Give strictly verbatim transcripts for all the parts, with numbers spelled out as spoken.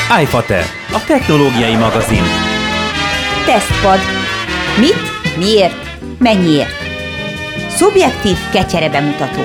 iFater, a technológiai magazin. Tesztpad. Mit, miért, mennyiért? Szubjektív ketyere bemutató.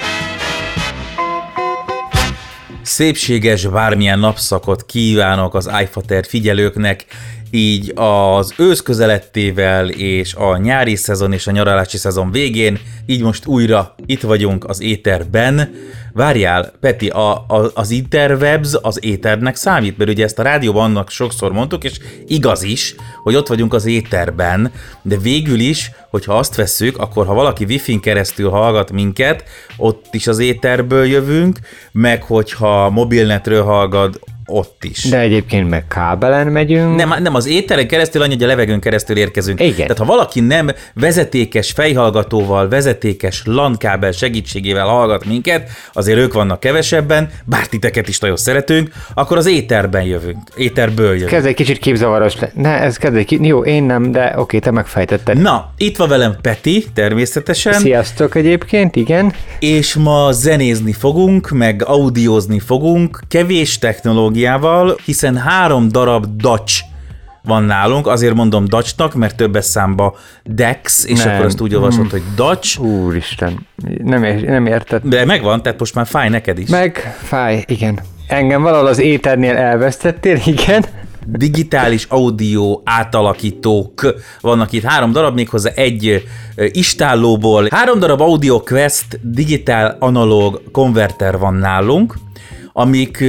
Szépséges bármilyen napszakot kívánok az iFater figyelőknek, így az ősz közelettével és a nyári szezon és a nyaralási szezon végén, így most újra itt vagyunk az éterben. Várjál, Peti, a, a, az interwebs az éternek számít? Mert ugye ezt a rádióban annak sokszor mondtuk, és igaz is, hogy ott vagyunk az éterben, de végül is, hogyha azt vesszük, akkor ha valaki Wi-Fi-n keresztül hallgat minket, ott is az éterből jövünk, meg hogyha mobilnetről hallgat, ott is. De egyébként meg kábelen megyünk. Nem, nem az éteren keresztül, annyi, hogy a levegőn keresztül érkezünk. Igen. Tehát ha valaki nem vezetékes fejhallgatóval, vezetékes LAN kábel segítségével hallgat minket, azért ők vannak kevesebben, bár titeket is nagyon szeretünk, akkor az éterben jövünk. Éterből jövünk. Kezd egy kicsit képzavaros le. Ne, ez kezd egy kicsit. Jó, én nem, de oké, te megfejtetted. Na, itt van velem Peti, természetesen. Sziasztok egyébként, igen. És ma zenézni fogunk, meg audiózni fogunk, kevés technológia, hiszen három darab Dutch van nálunk, azért mondom Dutchnak, mert többes számba Dex, és nem. Akkor azt úgy olvasod, mm. hogy Dutch. Úristen, nem, nem érted. De megvan, tehát most már fáj neked is. Meg fáj, igen. Engem valahol az éternél elvesztettél, igen. Digitális audio átalakítók vannak itt, három darab, méghozzá egy istállóból. Három darab Audio Quest digitál analóg konverter van nálunk, amik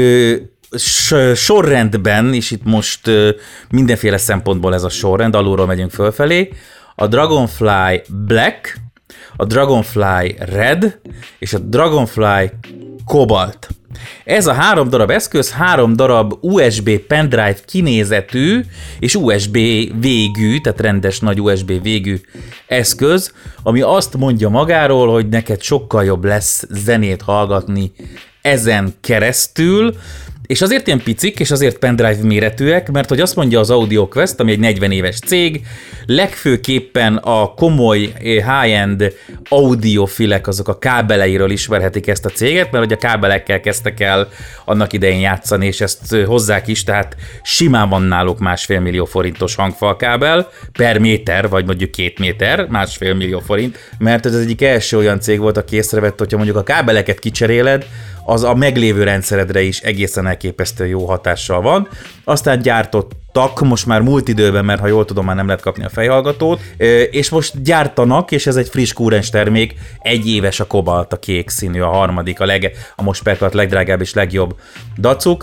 sorrendben, és itt most uh, mindenféle szempontból ez a sorrend, alulról megyünk fölfelé, a Dragonfly Black, a Dragonfly Red, és a Dragonfly Cobalt. Ez a három darab eszköz, három darab u es bé pendrive kinézetű, és u es bé végű, tehát rendes nagy u es bé végű eszköz, ami azt mondja magáról, hogy neked sokkal jobb lesz zenét hallgatni ezen keresztül, és azért ilyen picik, és azért pendrive méretűek, mert hogy azt mondja az Audio Quest, ami egy negyven éves cég, legfőképpen a komoly high-end audiofilek azok a kábeleiről ismerhetik ezt a céget, mert hogy a kábelekkel kezdtek el annak idején játszani, és ezt hozzák is, tehát simán van náluk másfél millió forintos hangfalkábel per méter, vagy mondjuk két méter, másfél millió forint, mert ez egyik első olyan cég volt, aki észrevett, hogyha mondjuk a kábeleket kicseréled, az a meglévő rendszeredre is egészen elképesztő jó hatással van. Aztán gyártottak, most már múlt időben, mert ha jól tudom, már nem lehet kapni a fejhallgatót, és most gyártanak, és ez egy friss kúrens termék, egy éves a Cobalt, a kék színű, a harmadik, a, leg, a most perkat legdrágább és legjobb dacuk,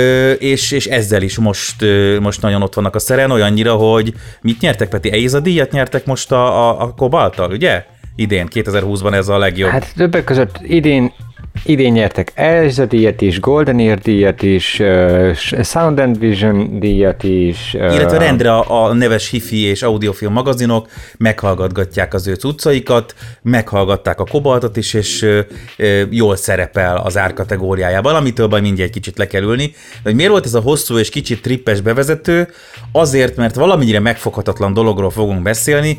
és, és ezzel is most, most nagyon ott vannak a szeren, olyannyira, hogy mit nyertek, Peti? Eiza díjat nyertek most a, a, a Cobalttal, ugye? Idén, kétezer-húszban ez a legjobb. Hát többek között idén Idén nyertek Eiza díjat is, Golden Ear díjat is, uh, Sound and Vision díjat is. Uh, Illetve rendre a, a neves hifi és audiofilm magazinok meghallgatgatják az ő cuccaikat, meghallgatták a Cobaltot is, és uh, uh, jól szerepel az árkategóriájában, amitől baj mindjárt kicsit le kell ülni. De hogy miért volt ez a hosszú és kicsit trippes bevezető? Azért, mert valamennyire megfoghatatlan dologról fogunk beszélni,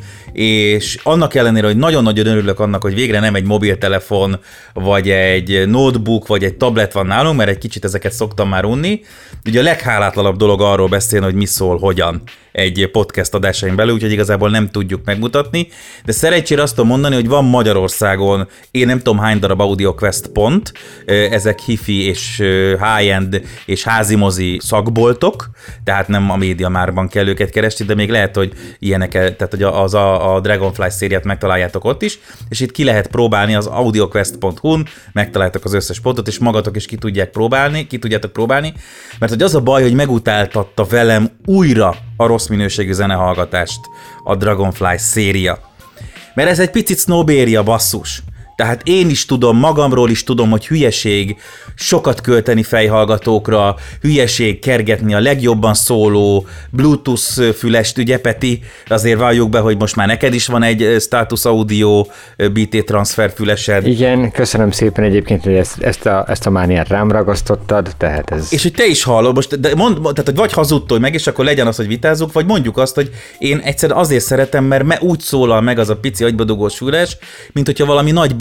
és annak ellenére, hogy nagyon-nagyon örülök annak, hogy végre nem egy mobiltelefon, vagy egy notebook, vagy egy tablet van nálunk, mert egy kicsit ezeket szoktam már unni. Ugye a leghálátlanabb dolog arról beszélni, hogy mi szól, hogyan egy podcast adásain belül, úgyhogy igazából nem tudjuk megmutatni, de szerencsére azt tudom mondani, hogy van Magyarországon, én nem tudom hány darab Audio Quest pont, ezek hifi és high-end és házimozi szakboltok, tehát nem a médiamárban kell őket keresni, de még lehet, hogy ilyeneket, tehát hogy az a, a Dragonfly szériát megtaláljátok ott is, és itt ki lehet próbálni az audioquest pont hu-n, megtaláljátok az összes pontot, és magatok is ki tudják próbálni, ki tudjátok próbálni, mert hogy az a baj, hogy megutáltatta velem újra a rossz minőségű zenehallgatást a Dragonfly széria. Mert ez egy picit sznobéria, basszus. Tehát én is tudom, magamról is tudom, hogy hülyeség sokat költeni fejhallgatókra, hülyeség kergetni a legjobban szóló Bluetooth fülest, ugye Peti? Azért valljuk be, hogy most már neked is van egy Status Audio bé té transfer fülesed. Igen, köszönöm szépen egyébként, hogy ezt, ezt, a, ezt a mániát rám ragasztottad, tehát ez... És hogy te is hallod, most, de mond, tehát hogy vagy hazudtolj meg, és akkor legyen az, hogy vitázzuk, vagy mondjuk azt, hogy én egyszer azért szeretem, mert úgy szólal meg az a pici agybadugós füles, mint hogyha valami nagy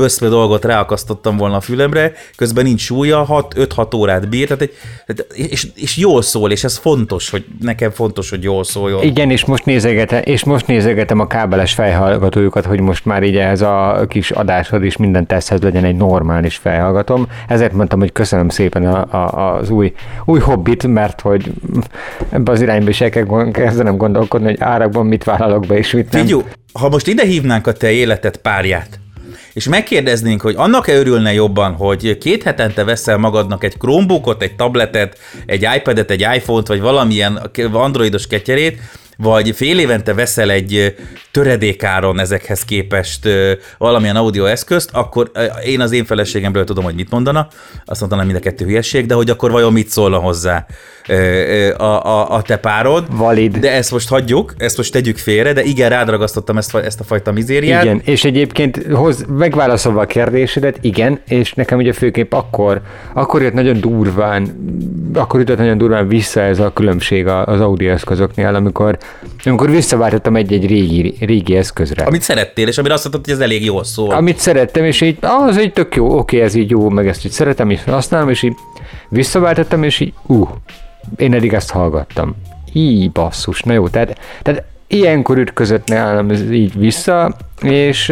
közbe dolgot ráakasztottam volna a fülemre, közben nincs súlya, öt-hat órát bír, tehát egy, és, és jól szól, és ez fontos, hogy nekem fontos, hogy jól szóljon. Igen, és most nézegetem, és most nézegetem a kábeles fejhallgatójukat, hogy most már így ez a kis adásod is minden teszthez legyen egy normális fejhallgatóm. Ezért mondtam, hogy köszönöm szépen a, a, az új, új hobbit, mert hogy ebbe az irányba is el kell kezdenem gondolkodni, hogy árakban mit vállalok be, és mit nem. Figyú, ha most ide hívnánk a te életed párját, és megkérdeznénk, hogy annak-e örülne jobban, hogy két hetente veszel magadnak egy Chromebookot, egy tabletet, egy iPadet, egy iPhone-t, vagy valamilyen androidos ketyerét, vagy fél évente veszel egy töredékáron ezekhez képest valamilyen audio eszközt, akkor én az én feleségemből tudom, hogy mit mondana, azt mondanám, mind a kettő hülyeség, de hogy akkor vajon mit szólna hozzá a, a, a te párod. Valid. De ezt most hagyjuk, ezt most tegyük félre, de igen, rádragasztottam ezt, ezt a fajta mizériát. Igen, és egyébként hoz, megválaszolva a kérdésedet, igen, és nekem ugye főképp akkor, akkor jött nagyon durván, akkor jutott nagyon durván vissza ez a különbség az audio eszközöknél, amikor, amikor visszaváltottam egy-egy régi, régi eszközre. Amit szerettél, és amire azt mondtad, hogy ez elég jól szól. Amit szerettem, és így, az így tök jó, oké, ez így jó, meg ezt így szeretem, és használom, és így visszaváltottam, és így, uh, én eddig ezt hallgattam. Így basszus, na jó, tehát, tehát ilyenkor ütközött nálam ez így vissza, és,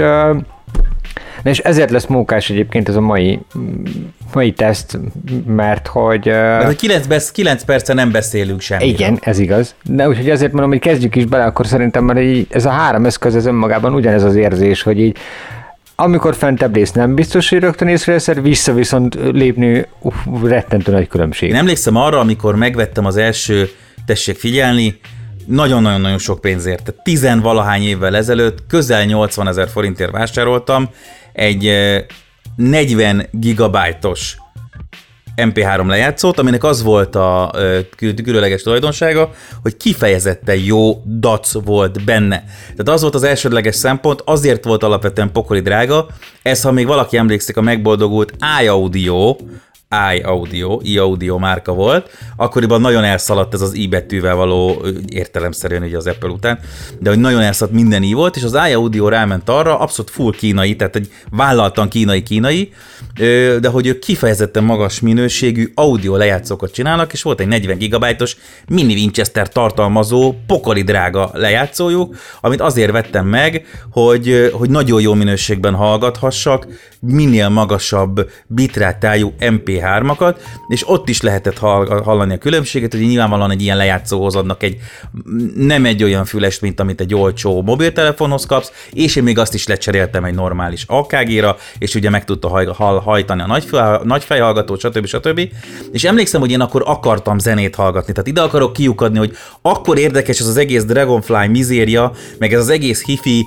és ezért lesz mókás egyébként ez a mai, mai teszt, mert hogy... Mert hogy kilenc, kilenc perce nem beszélünk semmit. Igen, ez igaz. De úgyhogy azért mondom, hogy kezdjük is bele, akkor szerintem, mert így, ez a három eszköz, ez önmagában ugyanez az érzés, hogy így amikor fentebb lész, nem biztos, hogy rögtön észreveszed, vissza viszont lépni uh, rettentő nagy különbség. Én emlékszem arra, amikor megvettem az első, tessék figyelni, nagyon-nagyon-nagyon sok pénzért. Tehát tizenvalahány évvel ezelőtt közel nyolcvanezer forintért vásároltam egy negyven gigabájtos em pé három lejátszót, aminek az volt a különleges tulajdonsága, hogy kifejezetten jó dac volt benne. Tehát az volt az elsődleges szempont, azért volt alapvetően pokoli drága, ez, ha még valaki emlékszik, a megboldogult iAudio, iAudio, iAudio márka volt, akkoriban nagyon elszaladt ez az i betűvel való, értelemszerűen ugye az Apple után, de hogy nagyon elszaladt minden i volt, és az iAudio ráment arra, abszolút full kínai, tehát egy vállaltan kínai-kínai, de hogy ők kifejezetten magas minőségű audio lejátszókat csinálnak, és volt egy negyven gigabájtos mini Winchester tartalmazó, pokoli drága lejátszójuk, amit azért vettem meg, hogy, hogy nagyon jó minőségben hallgathassak, minél magasabb bitrátájú em pé hármakat, és ott is lehetett hallani a különbséget, hogy nyilvánvalóan egy ilyen lejátszóhoz adnak egy nem egy olyan fülest, mint amit egy olcsó mobiltelefonhoz kapsz, és én még azt is lecseréltem egy normális á ká gé-ra, és ugye meg tudta haj, hajtani a nagy, nagy fejhallgatót, stb. stb. És emlékszem, hogy én akkor akartam zenét hallgatni, tehát ide akarok kiukadni, hogy akkor érdekes ez az egész Dragonfly mizéria, meg ez az egész hifi,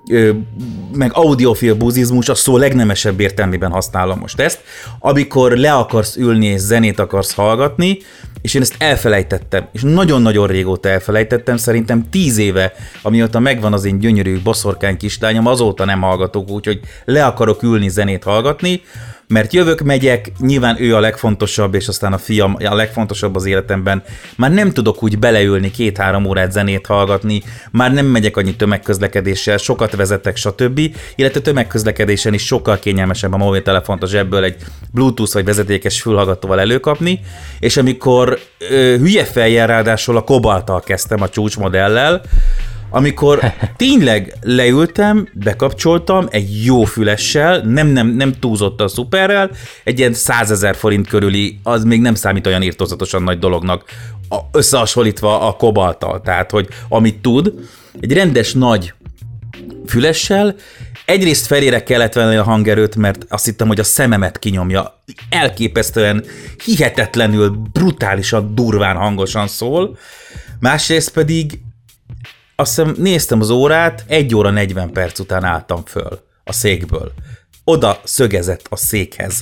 meg audiofil buddhizmus, a szó legnemesebb értelmében használom most ezt, amikor le akarsz ülni és zenét akarsz hallgatni, és én ezt elfelejtettem, és nagyon-nagyon régóta elfelejtettem, szerintem tíz éve, amióta megvan az én gyönyörű boszorkány kislányom, azóta nem hallgatok, úgyhogy le akarok ülni zenét hallgatni, mert jövök, megyek, nyilván ő a legfontosabb, és aztán a fiam a legfontosabb az életemben. Már nem tudok úgy beleülni két-három órát zenét hallgatni, már nem megyek annyi tömegközlekedéssel, sokat vezetek, stb. Illetve tömegközlekedésen is sokkal kényelmesebb a mobiltelefont a zsebből egy Bluetooth vagy vezetékes fülhallgatóval előkapni, és amikor ö, hülye fejjel ráadásul a Kobalttal kezdtem, a csúcsmodellel, amikor tényleg leültem, bekapcsoltam egy jó fülessel, nem, nem, nem túlzottan szuperrel, egy ilyen százezer forint körüli, az még nem számít olyan írtózatosan nagy dolognak, összehasonlítva a Kobalttal, tehát hogy amit tud, egy rendes nagy fülessel, egyrészt felére kellett venni a hangerőt, mert azt hittem, hogy a szememet kinyomja, elképesztően, hihetetlenül, brutálisan, durván hangosan szól, másrészt pedig azt hiszem, néztem az órát, egy óra negyven perc után álltam föl a székből. Oda szögezett a székhez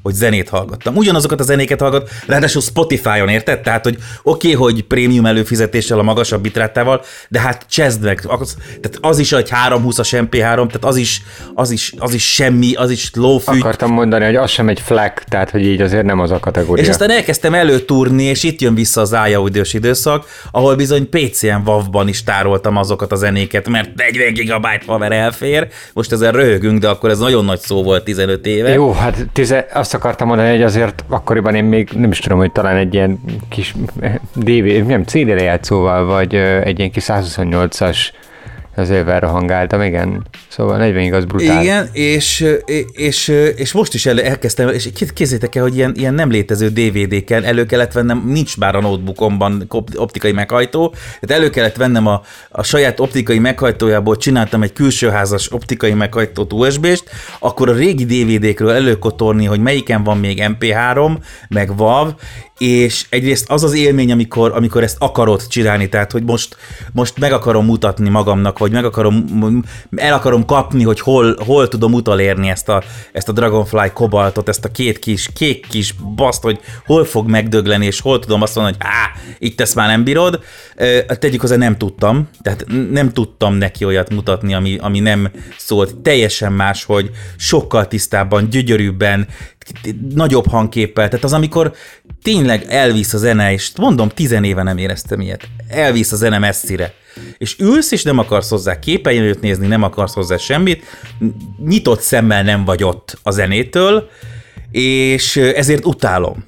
hogy zenét hallgattam. Ugyanazokat a zenéket hallgat, ráadásul Spotify-on, érted? Tehát, hogy oké, okay, hogy prémium előfizetéssel a magasabb bitrátával, de hát cseszd meg, az, tehát az is egy háromszázhúszas em pé három, tehát az is, az is, az is semmi, az is lófű. Akartam mondani, hogy az sem egy flag, tehát, hogy így azért nem az a kategória. És aztán elkezdtem előtúrni, és itt jön vissza az iAudio-s időszak, ahol bizony pé cé-en WAV-ban is tároltam azokat a zenéket, mert negyven gigabyte haver elfér. Most ezen röhögünk, de akkor ez nagyon nagy szó volt tizenöt éve. Jó, hát tize, azt akartam mondani, hogy azért akkoriban én még nem is tudom, hogy talán egy ilyen kis dé vé dé, nem, cé dé lejátszóval, vagy egy ilyen kis százhuszonnyolcas azért verre hangáltam, igen. Szóval negyvenig az brutál. Igen, és, és, és most is elő, elkezdtem, és kézzétek el, hogy ilyen, ilyen nem létező dé vé dé-ken elő kellett vennem, nincs már a notebookomban optikai meghajtó, tehát elő kellett vennem a, a saját optikai meghajtójából, csináltam egy külsőházas optikai meghajtót u es bé-st, akkor a régi dé vé dé-kről előkotorni, hogy melyiken van még em pé három, meg WAV, és egyrészt az az élmény, amikor, amikor ezt akarod csinálni, tehát hogy most, most meg akarom mutatni magamnak, vagy meg akarom, el akarom kapni, hogy hol, hol tudom utolérni ezt a, ezt a Dragonfly kobaltot, ezt a két kis, kék kis baszt, hogy hol fog megdögleni, és hol tudom azt mondani, hogy á, itt ezt már nem bírod. Tegyük hozzá, nem tudtam, tehát nem tudtam neki olyat mutatni, ami, ami nem szólt teljesen más, hogy sokkal tisztábban, gyönyörűbben, nagyobb hangképpel, tehát az, amikor tényleg elvisz a zene, és mondom, tizen éve nem éreztem ilyet, elvisz a zene messzire, és ülsz, és nem akarsz hozzá képernyőt nézni, nem akarsz hozzá semmit, nyitott szemmel nem vagy ott a zenétől, és ezért utálom.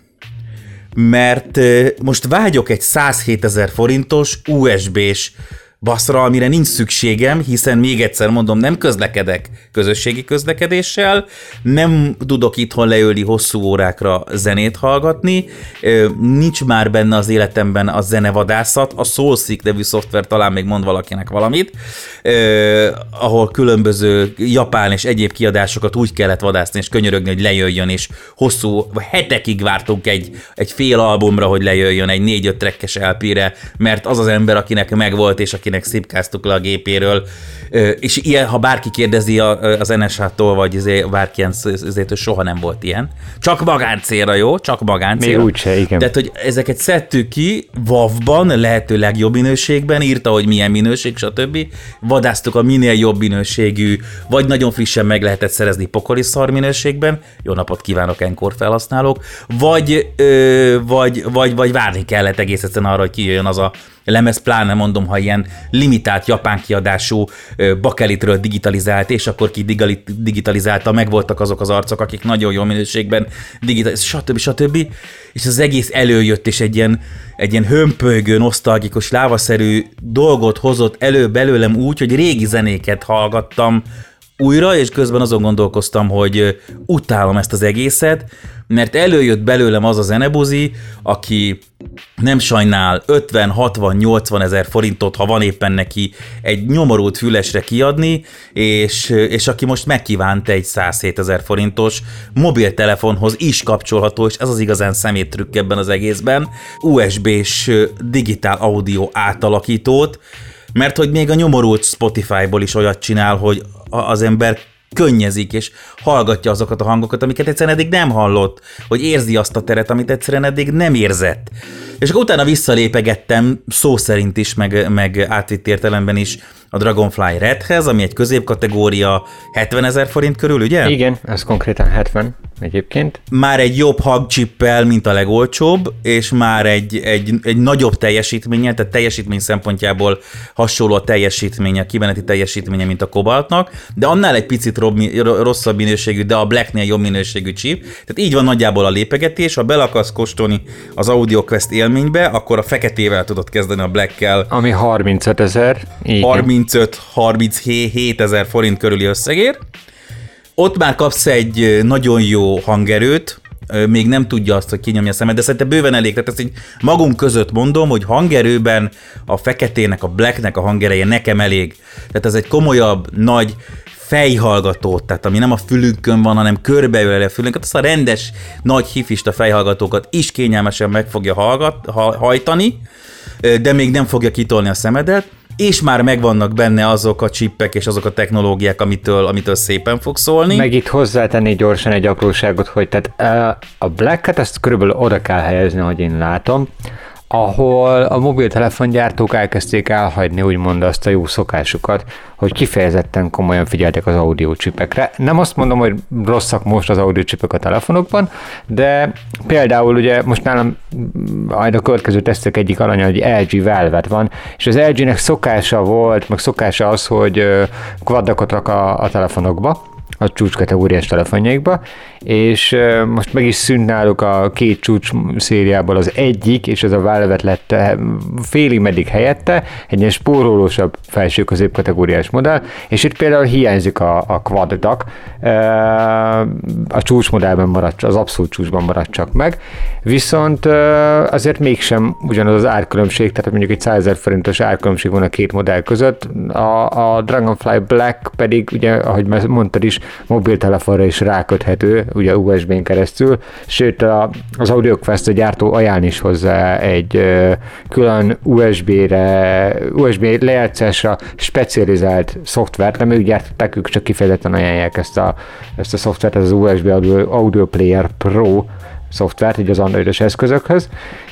Mert most vágyok egy százhétezer forintos u es bé-s baszra, amire nincs szükségem, hiszen még egyszer mondom, nem közlekedek közösségi közlekedéssel, nem tudok itthon leülni hosszú órákra zenét hallgatni, nincs már benne az életemben a zenevadászat, a Soulseek nevű szoftver talán még mond valakinek valamit, ahol különböző japán és egyéb kiadásokat úgy kellett vadászni és könyörögni, hogy lejöjjön, és hosszú, hetekig vártunk egy, egy fél albumra, hogy lejöjjön egy négy-öt trekkes el pére, mert az az ember, akinek megvolt, és akinek szipkáztuk le a gépéről, és ilyen, ha bárki kérdezi az en es há-tól, vagy bárki ezért soha nem volt ilyen. Csak magáncélra, jó? Csak magáncélra. Még úgyse, igen. Tehát, hogy ezeket szedtük ki WAV-ban, lehető legjobb minőségben, írta, hogy milyen minőség, stb. Vadáztuk a minél jobb minőségű, vagy nagyon frissen meg lehetett szerezni pokoli szar minőségben, jó napot kívánok Encore felhasználók, vagy, ö, vagy, vagy, vagy várni kellett egész egyszerűen arra, hogy kijöjjön az a lemez, pláne mondom, ha ilyen limitált japán kiadású bakelitről digitalizált, és akkor ki digitalizálta, megvoltak azok az arcok, akik nagyon jó minőségben digitalizáltak, stb. stb. És az egész előjött, és egy ilyen, egy ilyen hömpölygő, nosztalgikus, lávaszerű dolgot hozott elő belőlem úgy, hogy régi zenéket hallgattam újra, és közben azon gondolkoztam, hogy utálom ezt az egészet, mert előjött belőlem az a zenebuzi, aki nem sajnál ötven, hatvan, nyolcvan ezer forintot, ha van éppen neki egy nyomorult fülesre kiadni, és, és aki most megkívánt egy százhét ezer forintos mobiltelefonhoz is kapcsolható, és ez az igazán szeméttrükk ebben az egészben, u es bé-s digitál audio átalakítót, mert hogy még a nyomorult Spotify-ból is olyat csinál, hogy az ember könnyezik, és hallgatja azokat a hangokat, amiket egyszerűen eddig nem hallott, hogy érzi azt a teret, amit egyszerűen eddig nem érzett. És akkor utána visszalépegettem, szó szerint is, meg, meg átvitt értelemben is a Dragonfly Redhez, ami egy középkategória, hetven ezer forint körül, ugye? Igen, ez konkrétan hetven egyébként. Már egy jobb hangcsippel, mint a legolcsóbb, és már egy, egy, egy nagyobb teljesítménye, tehát teljesítmény szempontjából hasonló a teljesítménye, a kimeneti teljesítménye, mint a Cobaltnak, de annál egy picit rosszabb minőségű, de a Blacknél jobb minőségű chip. Tehát így van nagyjából a lépegetés, ha bele akarsz kóstolni az Audio Quest élménybe, akkor a feketével tudod kezdeni a Blackkel. Ami harmincöt ezer. harmincöt harminchét ezer forint körüli összegért. Ott már kapsz egy nagyon jó hangerőt, még nem tudja azt, hogy kinyomja a szemed, de szerintem bőven elég. Tehát ezt így magunk között mondom, hogy hangerőben a feketének, a Blacknek a hangereje nekem elég. Tehát ez egy komolyabb, nagy fejhallgató, tehát ami nem a fülünkön van, hanem körbeöleli a fülünket, azt a rendes, nagy hifista fejhallgatókat is kényelmesen meg fogja hallgat, ha, hajtani, de még nem fogja kitolni a szemedet, és már megvannak benne azok a csippek és azok a technológiák, amitől, amitől szépen fog szólni. Meg itt hozzátenni gyorsan egy apróságot, hogy tehát a Black-et ezt körülbelül oda kell helyezni, ahogy én látom, ahol a mobiltelefongyártók elkezdték elhagyni úgymond azt a jó szokásukat, hogy kifejezetten komolyan figyeltek az audiócsipekre. Nem azt mondom, hogy rosszak most az audiócsipek a telefonokban, de például ugye most nálam a következő tesztek egyik alanya, hogy el gé Velvet van, és az el gé-nek szokása volt, meg szokása az, hogy quaddakat rak a, a telefonokba, a csúcskategóriás telefonjaikba, és most meg is szűnt náluk a két csúcs szériából az egyik, és ez a Velvet lett félig meddig helyette, egy ilyen spórolósabb felső-közép kategóriás modell, és itt például hiányzik a, a quad dak, a csúcsmodellben maradt, az abszolút csúcsban maradt csak meg, viszont azért mégsem ugyanaz az árkülönbség, tehát mondjuk egy százezer forintos árkülönbség van a két modell között, a, a Dragonfly Black pedig, ugye, ahogy már mondtad is, mobiltelefonra is ráköthető, ugye u es bén keresztül, sőt a, az AudioQuest a gyártó ajánl is hozzá egy ö, külön u es bé-re, u es bé lejátszásra specializált szoftvert, nem ők gyártották, ők csak kifejezetten ajánlják ezt a, ezt a szoftvert, ez az u es bé Audio, Audio Player Pro szoftvert, így az androidos eszközökhöz,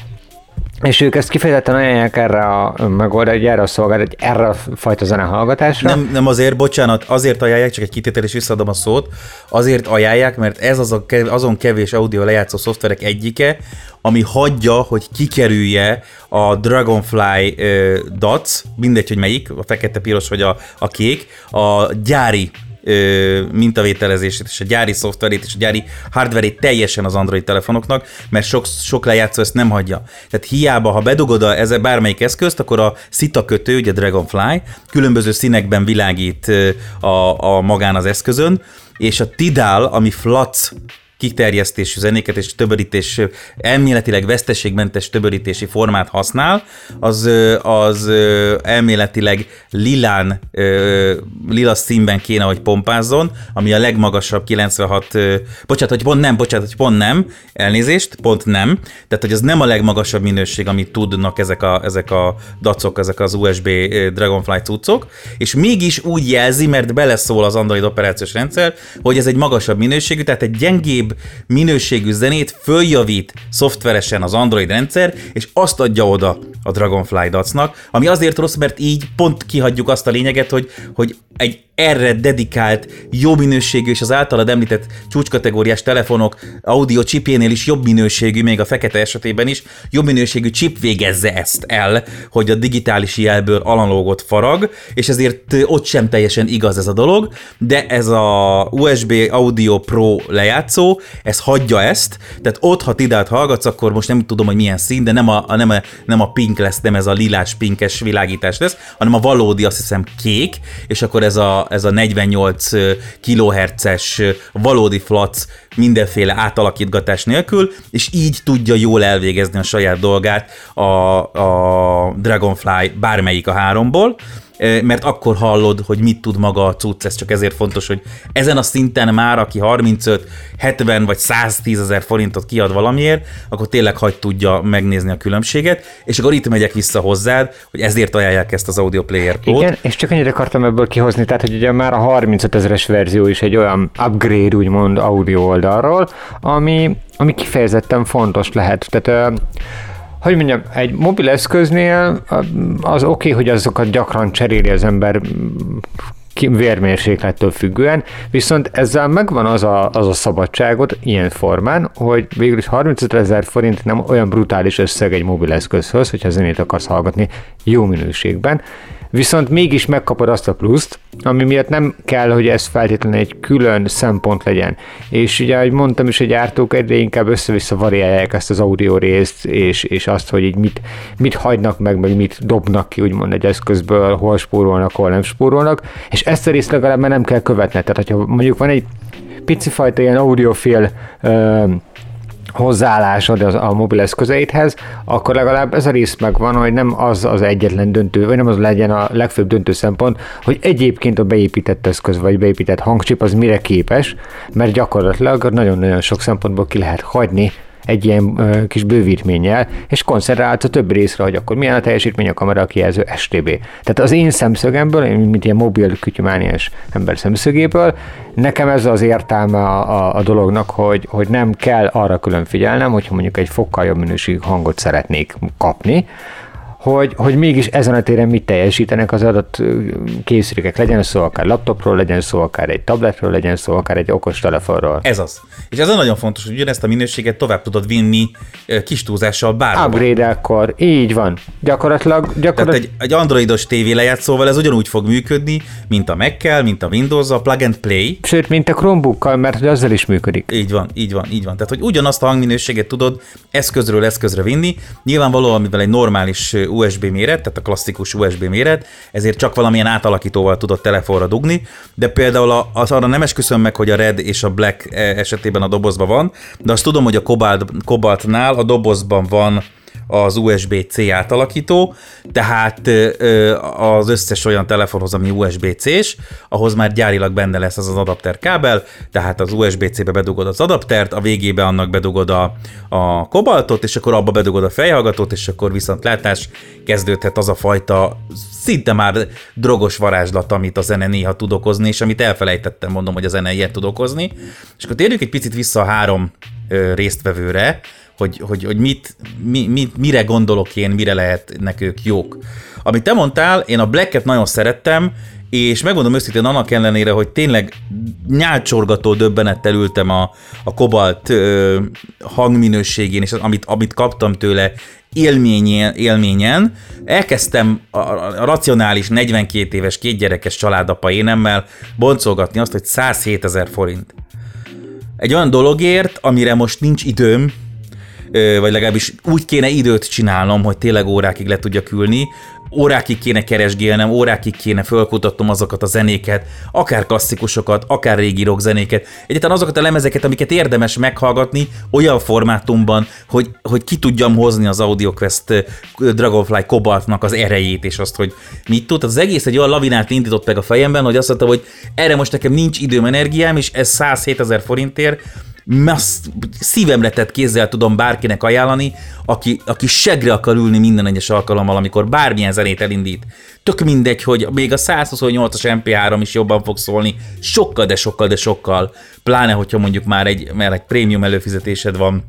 és ők ezt kifejezetten ajánlják erre a megoldás, erre a szolgálat, erre a fajta zenehallgatásra. Nem, nem azért, bocsánat, azért ajánlják, csak egy kitétel és visszaadom a szót, azért ajánlják, mert ez az a, azon kevés audio lejátszó szoftverek egyike, ami hagyja, hogy kikerülje a Dragonfly uh, dac, mindegy, hogy melyik, a fekete, piros vagy a, a kék, a gyári mintavételezését és a gyári szoftverét és a gyári hardverét teljesen az Android telefonoknak, mert sok, sok lejátszó ezt nem hagyja. Tehát hiába, ha bedugod a, ez bármelyik eszközt, akkor a szita kötő, ugye Dragonfly, különböző színekben világít a, a magán az eszközön, és a Tidal, ami flat kiterjesztésű zenéket és töbörítés, elméletileg veszteségmentes töbörítési formát használ, az, az elméletileg lilán, lila színben kéne, hogy pompázzon, ami a legmagasabb kilencvenhat, bocsánat, hogy pont nem, bocsánat, hogy pont nem, elnézést, pont nem, tehát hogy az nem a legmagasabb minőség, amit tudnak ezek a, ezek a dacok, ezek az u es bé Dragonfly cuccok, és mégis úgy jelzi, mert beleszól az Android operációs rendszer, hogy ez egy magasabb minőségű, tehát egy gyengébb minőségű zenét följavít szoftveresen az Android rendszer, és azt adja oda a Dragonfly dacnak, ami azért rossz, mert így pont kihagyjuk azt a lényeget, hogy, hogy egy erre dedikált, jó minőségű és az általad említett csúcskategóriás telefonok audio chipjénél is jobb minőségű, még a fekete esetében is, jobb minőségű chip végezze ezt el, hogy a digitális jelből analógot farag, és ezért ott sem teljesen igaz ez a dolog, de ez a u es bé Audio Pro lejátszó, ez hagyja ezt, tehát ott, ha Tidalt hallgatsz, akkor most nem tudom, hogy milyen szín, de nem a, nem a, nem a pink lesz, nem ez a lilás pinkes világítás lesz, hanem a valódi, azt hiszem, kék, és akkor ez a ez a negyvennyolc kilohertzes valódi flac mindenféle átalakítgatás nélkül, és így tudja jól elvégezni a saját dolgát a, a Dragonfly bármelyik a háromból, mert akkor hallod, hogy mit tud maga a cucc, ez csak ezért fontos, hogy ezen a szinten már, aki harmincöt, hetven vagy száztízezer forintot kiad valamiért, akkor tényleg hagy tudja megnézni a különbséget, és akkor itt megyek vissza hozzád, hogy ezért ajánlják ezt az Audio Player Pro-t. Igen, és csak ennyire akartam ebből kihozni, tehát hogy ugye már a harmincöt ezeres verzió is egy olyan upgrade, úgymond audio oldalról, ami, ami kifejezetten fontos lehet. Tehát hogy mondjam, egy mobil eszköznél az oké, okay, hogy azokat gyakran cseréli az ember vérmérséklettől függően, viszont ezzel megvan az a, az a szabadságot ilyen formán, hogy végül is harmincöt ezer forint nem olyan brutális összeg egy mobil eszközhöz, hogyha zenét akarsz hallgatni jó minőségben, viszont mégis megkapod azt a pluszt, ami miatt nem kell, hogy ez feltétlenül egy külön szempont legyen. És ugye, ahogy mondtam is, a gyártók egyre inkább össze-vissza variálják ezt az audio részt, és, és azt, hogy így mit, mit hagynak meg, meg mit dobnak ki, úgymond egy eszközből, hol spórolnak, hol nem spórolnak, és ezt a részt legalább már nem kell követni. Tehát, hogyha mondjuk van egy picifajta ilyen audiofil uh, hozzáállásod az a mobil eszközeidhez, akkor legalább ez a rész megvan, hogy nem az az egyetlen döntő, vagy nem az legyen a legfőbb döntő szempont, hogy egyébként a beépített eszköz, vagy beépített hangcsip az mire képes, mert gyakorlatilag nagyon-nagyon sok szempontból ki lehet hagyni egy ilyen ö, kis bővítménnyel, és koncentrált a többi részre, hogy akkor milyen a teljesítmény, a kamera, a kijelző, stb. Tehát az én szemszögemből, én mint ilyen mobil kütyümániás ember szemszögéből, nekem ez az értelme a, a, a dolognak, hogy, hogy nem kell arra külön figyelnem, hogyha mondjuk egy fokkal jobb minőségű hangot szeretnék kapni, hogy, hogy mégis ezen a téren mit teljesítenek az adott készülékek. Legyen szó akár laptopról, legyen szó akár egy tabletről, legyen szó akár egy okostelefonról. Ez az. És ez nagyon fontos, hogy ugyanezt a minőséget tovább tudod vinni kis túlzással bárhova. Upgrade-ekkor, így van. Gyakorlatilag... gyakorlatilag... Tehát egy, egy androidos tévé lejátszóval ez ugyanúgy fog működni, mint a Mac-kel, mint a Windows-zal, plug and play. Sőt, mint a Chromebook-kal, mert hogy azzal is működik. Így van, így van, így van. Tehát, hogy ugyanazt a hangminőséget tudod eszközről eszközre vinni. Nyilvánvalóan, mivel egy normális u es bé méret, tehát a klasszikus u es bé méret, ezért csak valamilyen átalakítóval tudod telefonra dugni, de például az arra nem esküszöm meg, hogy a Red és a Black esetében a dobozban van, de azt tudom, hogy a Cobalt, Cobaltnál a dobozban van az u es bé-C átalakító, tehát az összes olyan telefonhoz, ami u es bé-C-s, ahhoz már gyárilag benne lesz az az adapter kábel, tehát az u es bé-C-be bedugod az adaptert, a végébe annak bedugod a, a Cobaltot, és akkor abba bedugod a fejhallgatót, és akkor viszontlátás kezdődhet az a fajta szinte már drogos varázslat, amit a zene néha tud okozni, és amit elfelejtettem, mondom, hogy a zene ilyet tud okozni. És akkor térjük egy picit vissza a három ö, résztvevőre, hogy, hogy, hogy mit, mi, mi, mire gondolok én, mire lehetnek ők jók. Amit te mondtál, én a Black-et nagyon szerettem, és megmondom őszintén annak ellenére, hogy tényleg nyálcsorgató döbbenettel ültem a, a Cobalt ö, hangminőségén, és amit, amit kaptam tőle élményen, élményen, elkezdtem a, a racionális negyvenkét éves kétgyerekes családapa énemmel boncolgatni azt, hogy száz hét ezer forint. Egy olyan dologért, amire most nincs időm, vagy legalábbis úgy kéne időt csinálnom, hogy tényleg órákig le tudjak ülni, órákig kéne keresgélnem, órákig kéne fölkutatnom azokat a zenéket, akár klasszikusokat, akár régi rock zenéket, egyáltalán azokat a lemezeket, amiket érdemes meghallgatni olyan formátumban, hogy, hogy ki tudjam hozni az AudioQuest Dragonfly Cobaltnak az erejét, és azt, hogy mit tud. Az egész egy olyan lavinát indított meg a fejemben, hogy azt mondtam, hogy erre most nekem nincs időm, energiám, és ez száz hét ezer forintért, azt szívemre tett kézzel tudom bárkinek ajánlani, aki, aki segre akar ülni minden egyes alkalommal, amikor bármilyen zenét elindít. Tök mindegy, hogy még a száz huszonnyolcas em pé három is jobban fog szólni, sokkal, de sokkal, de sokkal, pláne, hogyha mondjuk már egy, már egy prémium előfizetésed van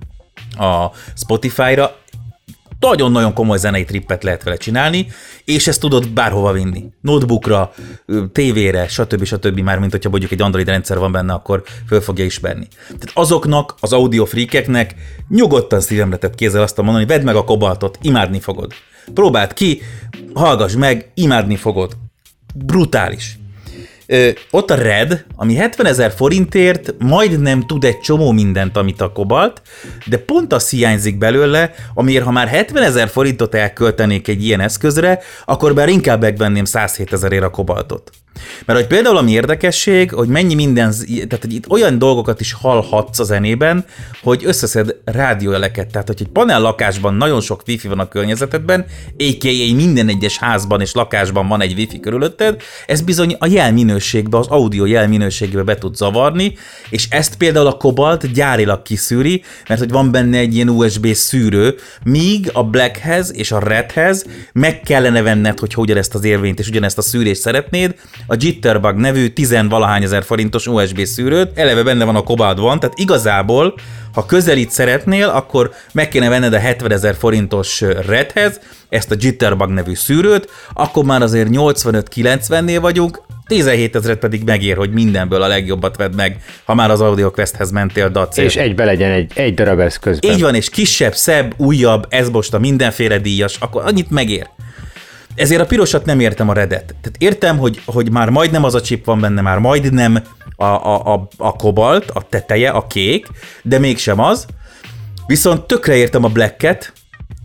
a Spotify-ra, nagyon-nagyon komoly zenei trippet lehet vele csinálni, és ezt tudod bárhova vinni. Notebookra, tévére, stb. stb. Már mint hogyha mondjuk egy Android rendszer van benne, akkor föl fogja ismerni. Tehát azoknak, az audio freakeknek nyugodtan szívemre tett kézzel azt mondani, vedd meg a Cobaltot, imádni fogod. Próbáld ki, hallgass meg, imádni fogod. Brutális. Ö, ott a Red, ami hetvenezer forintért majdnem tud egy csomó mindent, amit a Cobalt, de pont az hiányzik belőle, amiért ha már hetvenezer forintot elköltenék egy ilyen eszközre, akkor bár inkább megvenném száz hét ezerért a Cobaltot. Mert hogy például ami érdekesség, hogy mennyi minden, tehát hogy itt olyan dolgokat is hallhatsz a zenében, hogy összeszed rádiójeleket. Tehát, hogy egy panel lakásban nagyon sok wifi van a környezetedben, á ká á minden egyes házban és lakásban van egy wifi körülötted, ez bizony a jelminőségbe, az audio jelminőségbe be tud zavarni, és ezt például a Cobalt gyárilag kiszűri, mert hogy van benne egy ilyen u es bé szűrő, míg a Blackhez és a Redhez meg kellene venned, hogy ugyanezt az érvényt és ugyanezt a szűrést szeretnéd, a Jitterbug nevű tizenvalahány ezer forintos u es bé szűrőt, eleve benne van a Cobaltban, tehát igazából, ha közelít szeretnél, akkor meg kéne venned a hetvenezer forintos Redhez ezt a Jitterbug nevű szűrőt, akkor már azért nyolcvanöt-kilencvennél vagyunk, tizenhét ezret pedig megér, hogy mindenből a legjobbat vedd meg, ha már az AudioQuesthez mentél dacél. És egybe legyen egy, egy darab eszközben. Így van, és kisebb, szebb, újabb, ez most a mindenféle díjas, akkor annyit megér. Ezért a pirosat nem értem a Redet. Tehát értem, hogy, hogy már majdnem az a chip van benne, már majdnem a, a, a, a Cobalt, a teteje, a kék, de mégsem az. Viszont tökre értem a Blacket,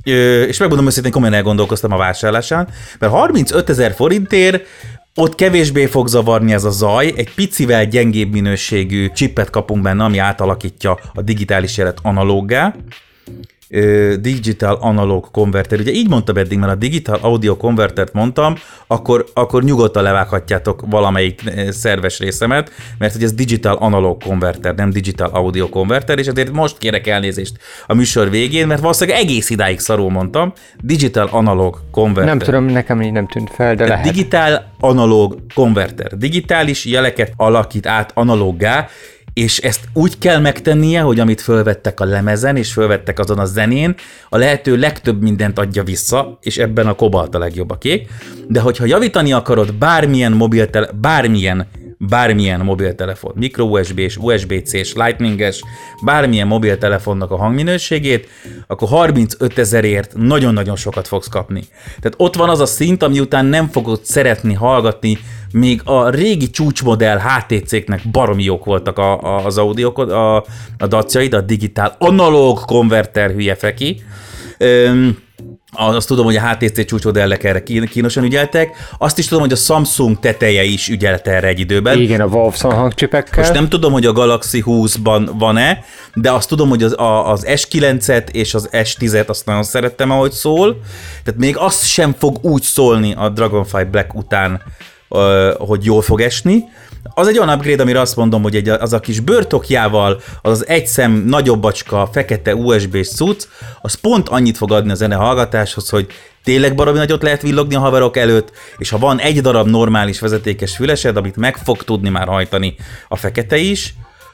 és megmondom őszintén, komolyan elgondolkoztam a vásárlásán, mert harmincöt ezer forintért ott kevésbé fog zavarni ez a zaj, egy picivel gyengébb minőségű chipet kapunk benne, ami átalakítja a digitális jelet analóggá, digital analog konverter. Ugye így mondtam eddig, mert a digital audio konvertert mondtam, akkor, akkor nyugodtan levághatjátok valamelyik szerves részemet, mert hogy ez digital analog konverter, nem digital audio konverter, és ezért most kérek elnézést a műsor végén, mert valószínűleg egész idáig szarul mondtam, digital analog konverter. Nem tudom, nekem így nem tűnt fel, de lehet. Digital analog konverter. Digitális jeleket alakít át analoggá, és ezt úgy kell megtennie, hogy amit fölvettek a lemezen, és fölvettek azon a zenén, a lehető legtöbb mindent adja vissza, és ebben a kobalt a legjobb a kék. De hogyha javítani akarod bármilyen mobiltele, bármilyen, bármilyen mobiltelefon, micro u es bé-s, u es bé cés, lightning-es, bármilyen mobiltelefonnak a hangminőségét, akkor harmincötezerért nagyon-nagyon sokat fogsz kapni. Tehát ott van az a szint, ami után nem fogod szeretni hallgatni. Még a régi csúcsmodell há té céknek baromi jók voltak a, a, az audiók, a, a dacjaid, a digitál analóg konverter hülye feki. Öm, azt tudom, hogy a há té cé csúcsmodellek erre kínosan ügyeltek. Azt is tudom, hogy a Samsung teteje is ügyelt erre egy időben. Igen, a Wolfson hangcsipekkel. Most nem tudom, hogy a Galaxy húszban van-e, de azt tudom, hogy az, az es kilencet és az es tízet azt nagyon szerettem, ahogy szól. Tehát még az sem fog úgy szólni a Dragonfly Black után, hogy jól fog esni. Az egy olyan upgrade, amire azt mondom, hogy egy, az a kis bőrtokjával, az az egy szem nagyobbacska, fekete u es bé-s cucc, az pont annyit fog adni a zenehallgatáshoz, hogy tényleg baromi nagyot lehet villogni a haverok előtt, és ha van egy darab normális vezetékes fülesed, amit meg fog tudni már hajtani a fekete is,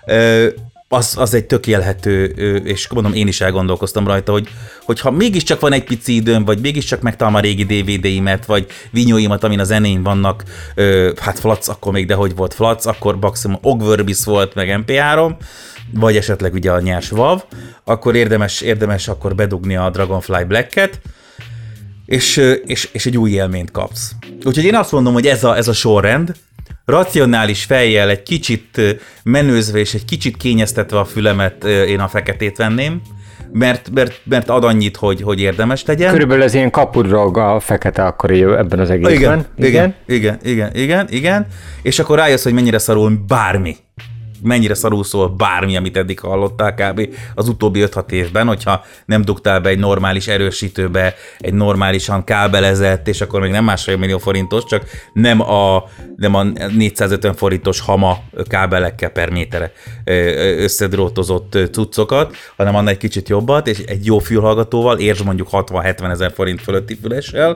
Az, az egy tökélhető, és mondom, én is elgondolkoztam rajta, hogy, hogyha mégiscsak van egy pici időm, vagy mégiscsak megtalálom a régi dé vé dé-imet, vagy vinyóimat, amin a zenén vannak, hát Flac, akkor még, de hogy volt Flac, akkor maximum Ogverbis volt, meg em pé három, vagy esetleg ugye a nyers vav, akkor érdemes, érdemes akkor bedugni a Dragonfly Black-et, és, és, és egy új élményt kapsz. Úgyhogy én azt mondom, hogy ez a, ez a sorrend, racionális fejjel, egy kicsit menőzve és egy kicsit kényeztetve a fülemet, én a feketét venném, mert, mert, mert ad annyit, hogy, hogy érdemes legyen. Körülbelül ez ilyen kapudrog a fekete akkor ebben az egészben. Igen, igen, igen, igen, igen, igen, és akkor rájössz, hogy mennyire szarul bármi. Mennyire szarul szól bármi, amit eddig hallottál kb. Az utóbbi öt-hat évben, hogyha nem dugtál be egy normális erősítőbe, egy normálisan kábelezett, és akkor még nem másfél millió forintos, csak nem a, nem a négyszázötven forintos hama kábelekkel per méterre összedrótozott cuccokat, hanem annál egy kicsit jobbat, és egy jó fülhallgatóval, értsd mondjuk hatvan-hetven ezer forint fölötti fülessel.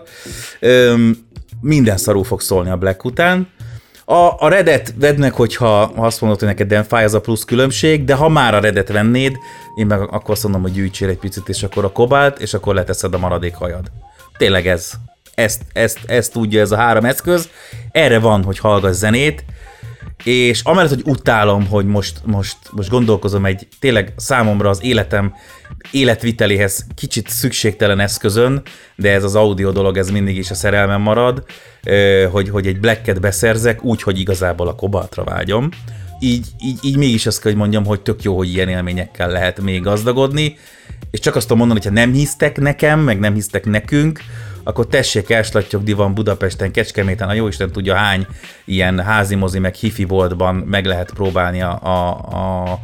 Minden szarul fog szólni a Black után. A, a Redet vedd meg, hogyha azt mondod, hogy neked nem fáj az a plusz különbség, de ha már a Redet vennéd, én meg akkor azt mondom, hogy gyűjtsél egy picit, és akkor a kobalt, és akkor leteszed a maradék hajad. Tényleg ez. Ezt, ezt, ezt tudja ez a három eszköz. Erre van, hogy hallgass zenét, és amellett, hogy utálom, hogy most, most, most gondolkozom egy tényleg számomra az életem életviteléhez kicsit szükségtelen eszközön, de ez az audio dolog, ez mindig is a szerelmem marad, hogy, hogy egy Blacket beszerzek, úgy, hogy igazából a kobaltra vágyom. Így, így, így mégis azt kell, hogy mondjam, hogy tök jó, hogy ilyen élményekkel lehet még gazdagodni, és csak azt tudom mondani, hogy ha nem hisztek nekem, meg nem hisztek nekünk, akkor tessék, Elslattyogdi van Budapesten, Kecskeméten, a jóisten tudja hány ilyen házimozi, meg hifi boltban meg lehet próbálni a, a, a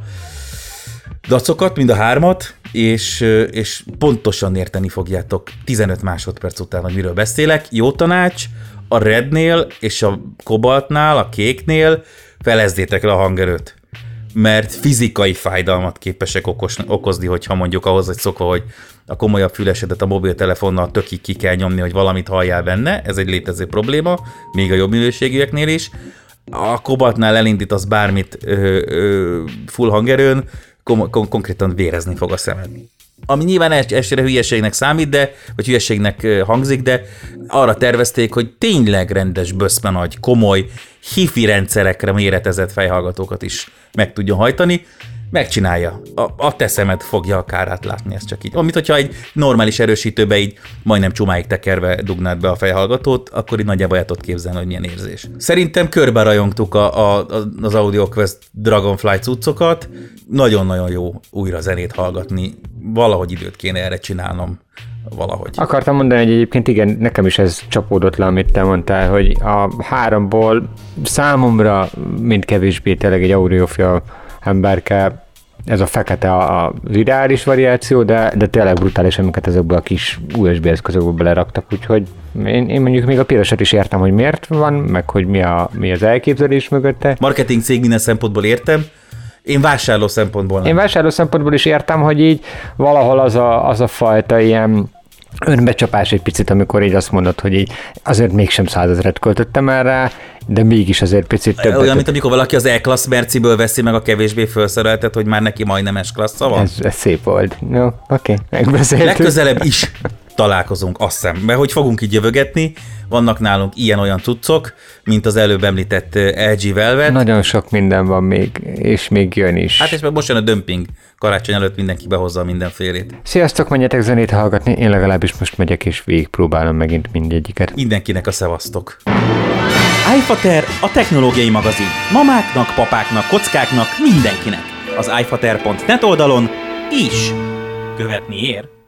dacokat, mind a hármat, és, és pontosan érteni fogjátok tizenöt másodperc után, hogy miről beszélek. Jó tanács, a Rednél és a kobaltnál, a kéknél felezzétek le a hangerőt, mert fizikai fájdalmat képesek okos, okozni, hogyha mondjuk ahhoz vagy szokva, hogy a komolyabb fülesedet a mobiltelefonnal tökig ki kell nyomni, hogy valamit halljál benne, ez egy létező probléma, még a jobb minőségűeknél is. A kobaltnál elindítasz bármit ö, ö, full hangerőn, kon- kon- konkrétan vérezni fog a szemed. Ami nyilván elsőre hülyeségnek számít, de, vagy hülyeségnek hangzik, de arra tervezték, hogy tényleg rendes böszme nagy, komoly, hifi rendszerekre méretezett fejhallgatókat is meg tudjon hajtani. Megcsinálja. A, a te szemed fogja a kárát látni, ez csak így. Amit, hogyha egy normális erősítőbe így majdnem csumáig tekerve dugnád be a fejhallgatót, akkor így nagyjából el tudod képzelni, hogy milyen érzés. Szerintem körbe rajongtuk a, a, az AudioQuest Dragonfly cuccokat. Nagyon-nagyon jó újra zenét hallgatni. Valahogy időt kéne erre csinálnom. Valahogy. Akartam mondani, hogy egyébként igen, nekem is ez csapódott le, amit te mondtál, hogy a háromból számomra mind kevésbé tényleg egy audiofil emberke ez a fekete az ideális variáció, de, de tényleg brutális, amiket ezekből a kis u es bé eszközökből beleraktak, úgyhogy én, én mondjuk még a pirosat is értem, hogy miért van, meg hogy mi, a, mi az elképzelés mögötte. Marketing cég minden szempontból értem, én vásárló szempontból nem. Én vásárló szempontból is értem, hogy így valahol az a, az a fajta ilyen önbecsapás egy picit, amikor így azt mondod, hogy így azért mégsem százezret költöttem el rá, de mégis azért picit többet. Olyan, mint amikor valaki az E-Class Merciből veszi meg a kevésbé felszereltet, hogy már neki majdnem S-klassza van. Ez, ez szép volt. Jó, oké, okay, megbeszéltük. Legközelebb is találkozunk, azt hiszem, mert hogy fogunk így jövögetni, vannak nálunk ilyen-olyan cuccok, mint az előbb említett el gé Velvet. Nagyon sok minden van még, és még jön is. Hát és meg most jön a dömping. Karácsony előtt mindenki behozza mindenfélét. Sziasztok, menjetek zenét hallgatni, én legalábbis most megyek és végigpróbálom megint mindegyiket. Mindenkinek a szevasztok. iFater a technológiai magazin. Mamáknak, papáknak, kockáknak, mindenkinek. Az iFater pont net oldalon is követni ér.